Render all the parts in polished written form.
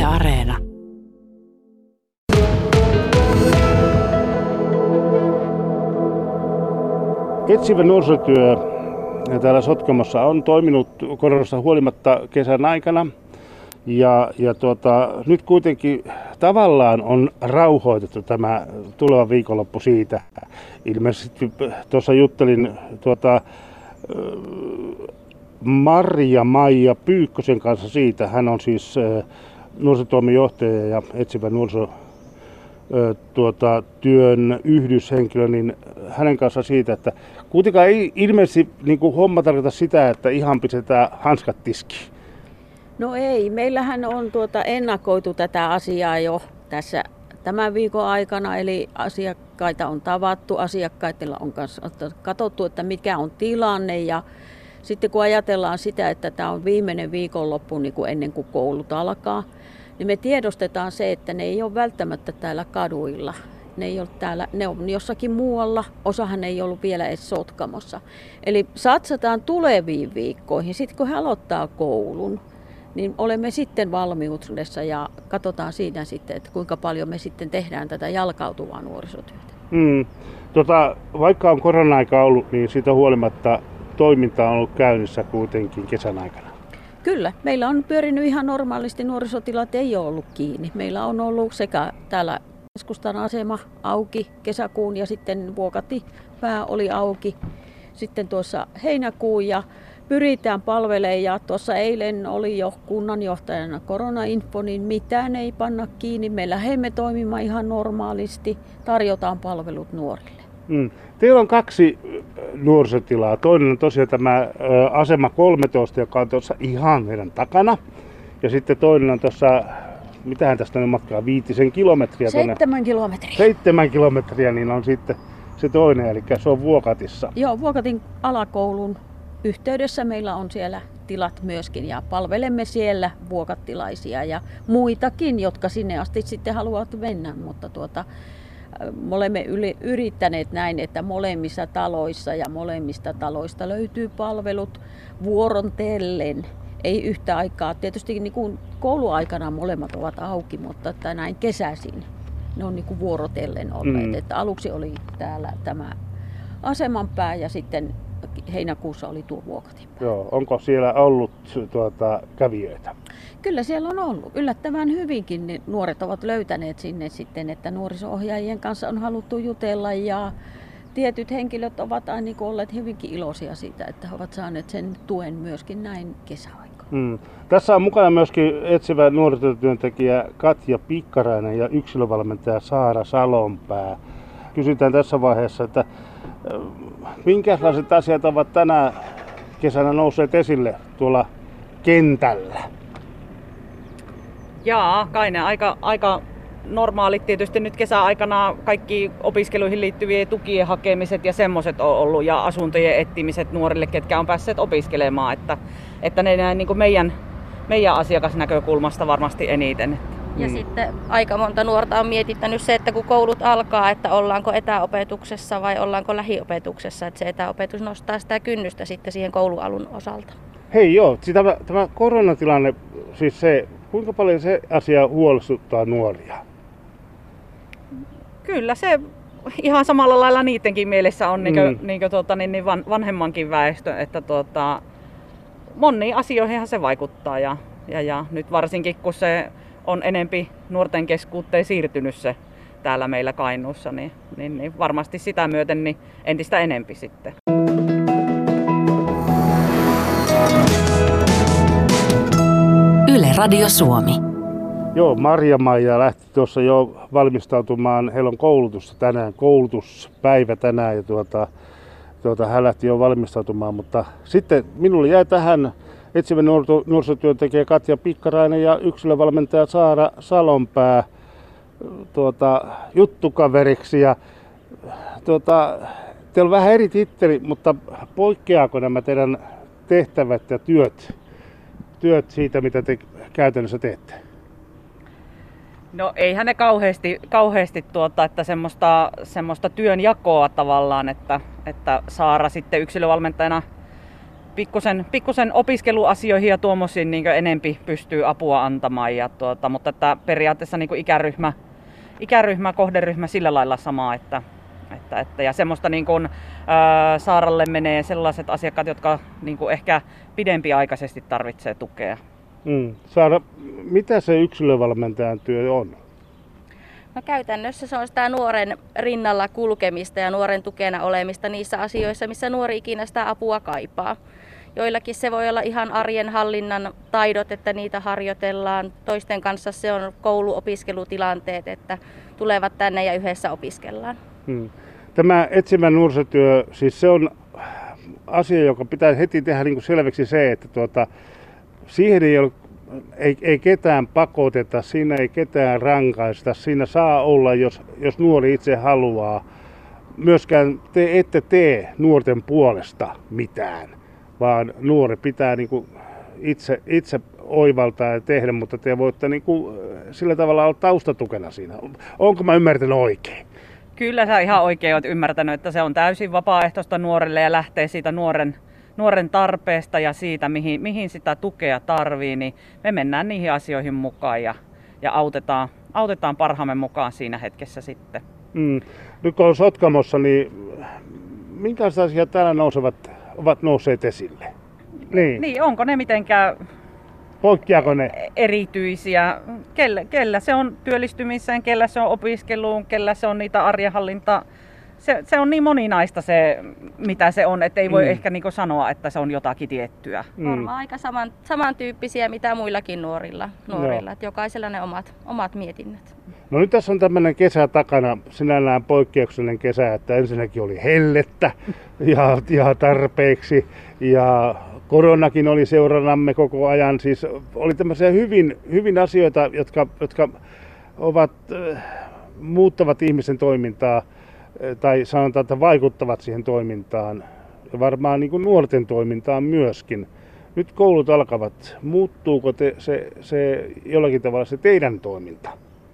Yle Areena. Etsivä nuorisotyö täällä Sotkamossa on toiminut koronasta huolimatta kesän aikana. Nyt kuitenkin tavallaan on rauhoitettu tämä tuleva viikonloppu siitä. Ilmeisesti tuossa juttelin Maija Pyykkösen kanssa siitä. Hän on siis nuorisotoimijohtaja ja etsivä nuorisotyön yhdyshenkilö, niin hänen kanssa siitä, että kuitenkaan ei ilmeisesti niin kuin homma tarkoita sitä, että ihan pistetään hanskat tiskiin. No ei, meillähän on ennakoitu tätä asiaa jo tässä tämän viikon aikana, eli asiakkaita on tavattu, asiakkailla on kanssa katsottu, että mikä on tilanne, ja sitten kun ajatellaan sitä, että tämä on viimeinen viikonloppu niin kuin ennen kuin koulut alkaa, niin me tiedostetaan se, että ne ei ole välttämättä täällä kaduilla. Ne ei ole täällä, ne on jossakin muualla, osahan ei ollut vielä edes Sotkamossa. Eli satsataan tuleviin viikkoihin, sitten kun he aloittaa koulun, niin olemme sitten valmiudessa ja katsotaan siinä sitten, että kuinka paljon me sitten tehdään tätä jalkautuvaa nuorisotyötä. Vaikka on korona-aika ollut, niin siitä huolimatta toiminta on ollut käynnissä kuitenkin kesän aikana. Kyllä, meillä on pyörinyt ihan normaalisti, nuorisotilat ei ole ollut kiinni. Meillä on ollut sekä täällä keskustan asema auki kesäkuun ja sitten Vuokatti-pää oli auki sitten tuossa heinäkuun ja pyritään palvelemaan, ja tuossa eilen oli jo kunnanjohtajana koronainfo, niin mitään ei panna kiinni. Me lähdemme toimimaan ihan normaalisti, tarjotaan palvelut nuorille. Teillä on 2 nuorisotilaa. Toinen on tosiaan tämä asema 13, joka on tuossa ihan meidän takana. Ja sitten toinen on tuossa, mitähän tästä on matkaa, 5 kilometriä. 7 kilometriä. 7 kilometriä, niin on sitten se toinen, eli se on Vuokatissa. Joo, Vuokatin alakoulun yhteydessä meillä on siellä tilat myöskin ja palvelemme siellä vuokattilaisia ja muitakin, jotka sinne asti sitten haluavat mennä, mutta me olemme yrittäneet näin, että molemmissa taloissa ja molemmista taloista löytyy palvelut vuorontellen. Ei yhtä aikaa, tietysti niin kuin kouluaikana molemmat ovat auki, mutta että näin kesäisin ne on niin kuin vuorotellen olleet. Että aluksi oli täällä tämä asemanpää ja sitten heinäkuussa oli tuo Vuokatin pää. Joo, onko siellä ollut kävijöitä? Kyllä siellä on ollut. Yllättävän hyvinkin niin nuoret ovat löytäneet sinne sitten, että nuoriso-ohjaajien kanssa on haluttu jutella ja tietyt henkilöt ovat aina olleet hyvinkin iloisia siitä, että he ovat saaneet sen tuen myöskin näin kesäaikaan. Tässä on mukana myöskin etsivä nuorisotyöntekijä Katja Pikkarainen ja yksilövalmentaja Saara Salonpää. Kysytään tässä vaiheessa, että minkälaiset asiat ovat tänä kesänä nousseet esille tuolla kentällä? Jaa, kai ne aika normaalit tietysti nyt kesäaikana kaikki opiskeluihin liittyvien tukien hakemiset ja semmoiset on ollut ja asuntojen etsimiset nuorille, ketkä on päässeet opiskelemaan, että ne näin niin kuin meidän asiakasnäkökulmasta varmasti eniten. Ja sitten aika monta nuorta on mietittänyt se, että kun koulut alkaa, että ollaanko etäopetuksessa vai ollaanko lähiopetuksessa, että se etäopetus nostaa sitä kynnystä sitten siihen koulualun osalta. Hei joo, tämä koronatilanne, siis se, kuinka paljon se asia huolestuttaa nuoria? Kyllä se ihan samalla lailla niidenkin mielessä on niin vanhemmankin väestö, että moniin asioihinhan se vaikuttaa ja nyt varsinkin kun se on enempi nuorten keskuuteen siirtynyt se täällä meillä Kainuussa, niin varmasti sitä myöten niin entistä enempi sitten. Yle Radio Suomi. Joo, Maija lähti tuossa jo valmistautumaan. Heillä on koulutusta tänään, koulutuspäivä tänään ja hän lähti jo valmistautumaan. Mutta sitten minulle jäi tähän etsivä nuorisotyöntekijä Katja Pikkarainen ja yksilövalmentaja Saara Salonpää juttukaveriksi. Ja, teillä on vähän eri titteli, mutta poikkeaako nämä teidän tehtävät ja työt siitä, mitä te käytännössä teette? No eihän ne kauheasti että semmoista työnjakoa tavallaan, että Saara sitten yksilövalmentajana pikkusen opiskeluasioihin ja tuommoisiin niin enempi pystyy apua antamaan. Mutta että periaatteessa niin ikäryhmä, kohderyhmä sillä lailla sama, että ja semmoista niin kuin, saaralle menee sellaiset asiakkaat, jotka niin kuin ehkä pidempiaikaisesti tarvitsee tukea. Saara, mitä se yksilövalmentajan työ on? No käytännössä se on sitä nuoren rinnalla kulkemista ja nuoren tukena olemista niissä asioissa, missä nuori ikinä sitä apua kaipaa. Joillakin se voi olla ihan arjen hallinnan taidot, että niitä harjoitellaan. Toisten kanssa se on kouluopiskelutilanteet, että tulevat tänne ja yhdessä opiskellaan. Tämä etsivä nuorisotyö, siis se on asia, joka pitää heti tehdä niin kuin selväksi se, että siihen ei ketään pakoteta, siinä ei ketään rankaista, siinä saa olla, jos nuori itse haluaa. Myöskään te ette tee nuorten puolesta mitään, vaan nuori pitää niin kuin itse oivaltaa ja tehdä, mutta te voitte niin kuin sillä tavalla olla taustatukena siinä. Onko mä ymmärtänyt oikein? Kyllä sä ihan oikein olet ymmärtänyt, että se on täysin vapaaehtoista nuorelle ja lähtee siitä nuoren tarpeesta ja siitä, mihin sitä tukea tarvii, niin me mennään niihin asioihin mukaan ja autetaan parhaamme mukaan siinä hetkessä sitten. Nyt kun on Sotkamossa, niin minkälaisia asioita täällä ovat nousseet esille? Niin, onko ne mitenkään poikkeako ne? Erityisiä? Kellä se on työllistymiseen, kellä se on opiskeluun, kellä se on niitä arjenhallintaa. Se on niin moninaista se, mitä se on, että ei voi ehkä niinku sanoa, että se on jotakin tiettyä. Varmaan aika samantyyppisiä mitä muillakin nuorilla. Että jokaisella ne omat mietinnät. No nyt tässä on tämmöinen kesä takana, sinällään poikkeuksellinen kesä, että ensinnäkin oli hellettä ja tarpeeksi ja koronakin oli seurannamme koko ajan. Siis oli tämmöisiä hyvin asioita, jotka muuttavat ihmisen toimintaa tai sanotaan, että vaikuttavat siihen toimintaan ja varmaan niin kuin nuorten toimintaan myöskin. Nyt koulut alkavat. Muuttuuko se jollakin tavalla se teidän toiminta?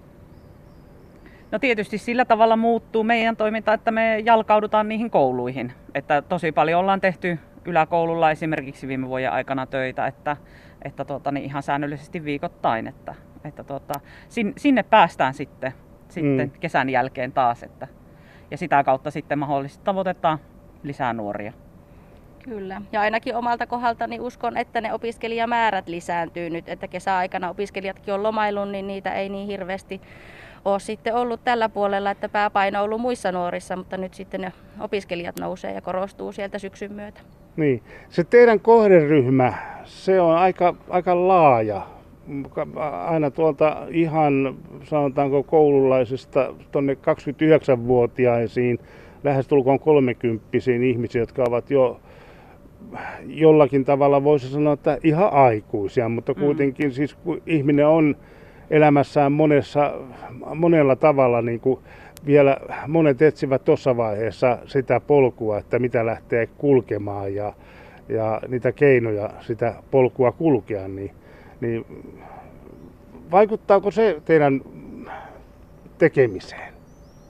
No tietysti sillä tavalla muuttuu meidän toiminta, että me jalkaudutaan niihin kouluihin. Että tosi paljon ollaan tehty yläkoululla esimerkiksi viime vuoden aikana töitä, että niin ihan säännöllisesti viikoittain. Että sinne päästään sitten kesän jälkeen taas. Ja sitä kautta sitten mahdollisesti tavoitetaan lisää nuoria. Kyllä. Ja ainakin omalta kohdaltani uskon, että ne opiskelijamäärät lisääntyy nyt, että kesäaikana opiskelijatkin on lomailun, niin niitä ei niin hirveästi ole sitten ollut tällä puolella, että pääpaino on ollut muissa nuorissa, mutta nyt sitten ne opiskelijat nousee ja korostuu sieltä syksyn myötä. Niin. Se teidän kohderyhmä, se on aika laaja. Aina tuolta ihan, sanotaanko koululaisista tuonne 29-vuotiaisiin, lähestulkoon 30-vuotiaisiin ihmisiin, jotka ovat jo jollakin tavalla, voisi sanoa, että ihan aikuisia, mutta kuitenkin siis kun ihminen on elämässään monella tavalla, niin kuin vielä monet etsivät tuossa vaiheessa sitä polkua, että mitä lähtee kulkemaan ja niitä keinoja sitä polkua kulkea, niin vaikuttaako se teidän tekemiseen?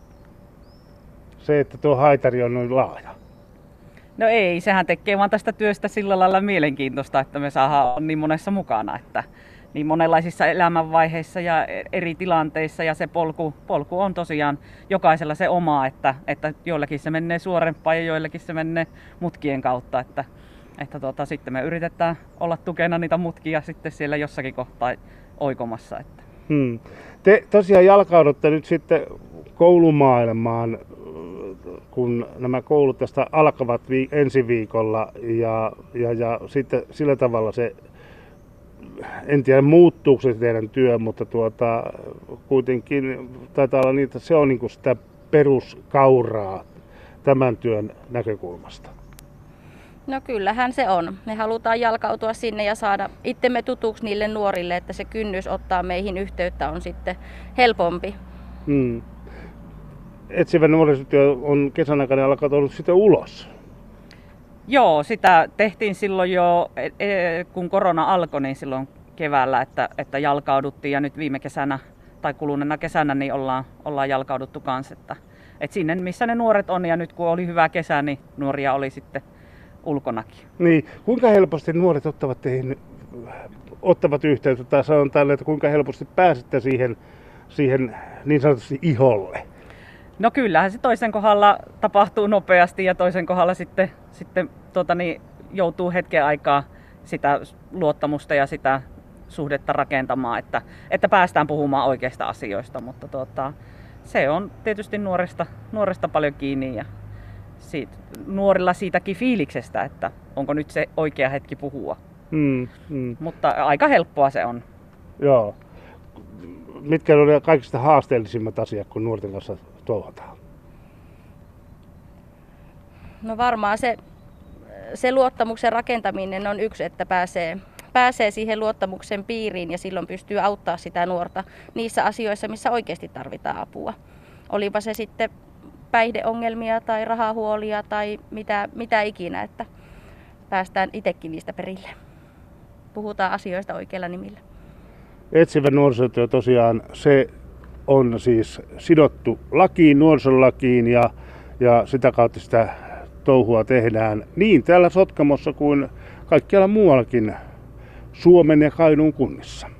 Se, että tuo haitari on noin laaja. No ei, sehän tekee vaan tästä työstä sillä lailla mielenkiintoista, että me saadaan olla niin monessa mukana, että niin monenlaisissa elämänvaiheissa ja eri tilanteissa ja se polku on tosiaan jokaisella se oma, että joillakin se menee suorempaan ja joillakin se menee mutkien kautta, että sitten me yritetään olla tukena niitä mutkia sitten siellä jossakin kohtaa oikomassa. Että. Te tosiaan jalkaudutte nyt sitten koulumaailmaan, kun nämä koulut tästä alkavat ensi viikolla ja sitten sillä tavalla se, en tiedä muuttuuko se teidän työ, mutta kuitenkin taitaa olla niitä, se on niin kuin sitä peruskauraa tämän työn näkökulmasta. No kyllähän se on. Me halutaan jalkautua sinne ja saada itsemme tutuksi niille nuorille, että se kynnys ottaa meihin yhteyttä on sitten helpompi. Etsivä nuorisotyö on kesän aikana alkanut sitten ulos. Joo, sitä tehtiin silloin jo, kun korona alkoi, niin silloin keväällä, että jalkauduttiin ja nyt viime kesänä tai kuluneena kesänä niin ollaan jalkauduttu kanssa. Että sinne, missä ne nuoret on ja nyt kun oli hyvä kesä, niin nuoria oli sitten ulkonakin. Niin, kuinka helposti nuoret ottavat yhteyttä tai sanon tälle, että kuinka helposti pääsette siihen niin sanotusti iholle? No kyllähän se toisen kohdalla tapahtuu nopeasti ja toisen kohdalla sitten joutuu hetken aikaa sitä luottamusta ja sitä suhdetta rakentamaan, että päästään puhumaan oikeista asioista, mutta se on tietysti nuoresta paljon kiinni ja nuorilla siitäkin fiiliksestä, että onko nyt se oikea hetki puhua. Mutta aika helppoa se on. Joo. Mitkä on ne kaikista haasteellisimmat asiat, kun nuorten kanssa touhataan? No varmaan se luottamuksen rakentaminen on yksi, että pääsee siihen luottamuksen piiriin ja silloin pystyy auttaa sitä nuorta niissä asioissa, missä oikeasti tarvitaan apua. Olipa se sitten päihdeongelmia tai rahahuolia tai mitä ikinä, että päästään itsekin niistä perille. Puhutaan asioista oikeilla nimillä. Etsivä nuorisotyö tosiaan, se on siis sidottu lakiin, nuorisolakiin ja sitä kautta sitä touhua tehdään niin täällä Sotkamossa kuin kaikkialla muuallakin Suomen ja Kainuun kunnissa.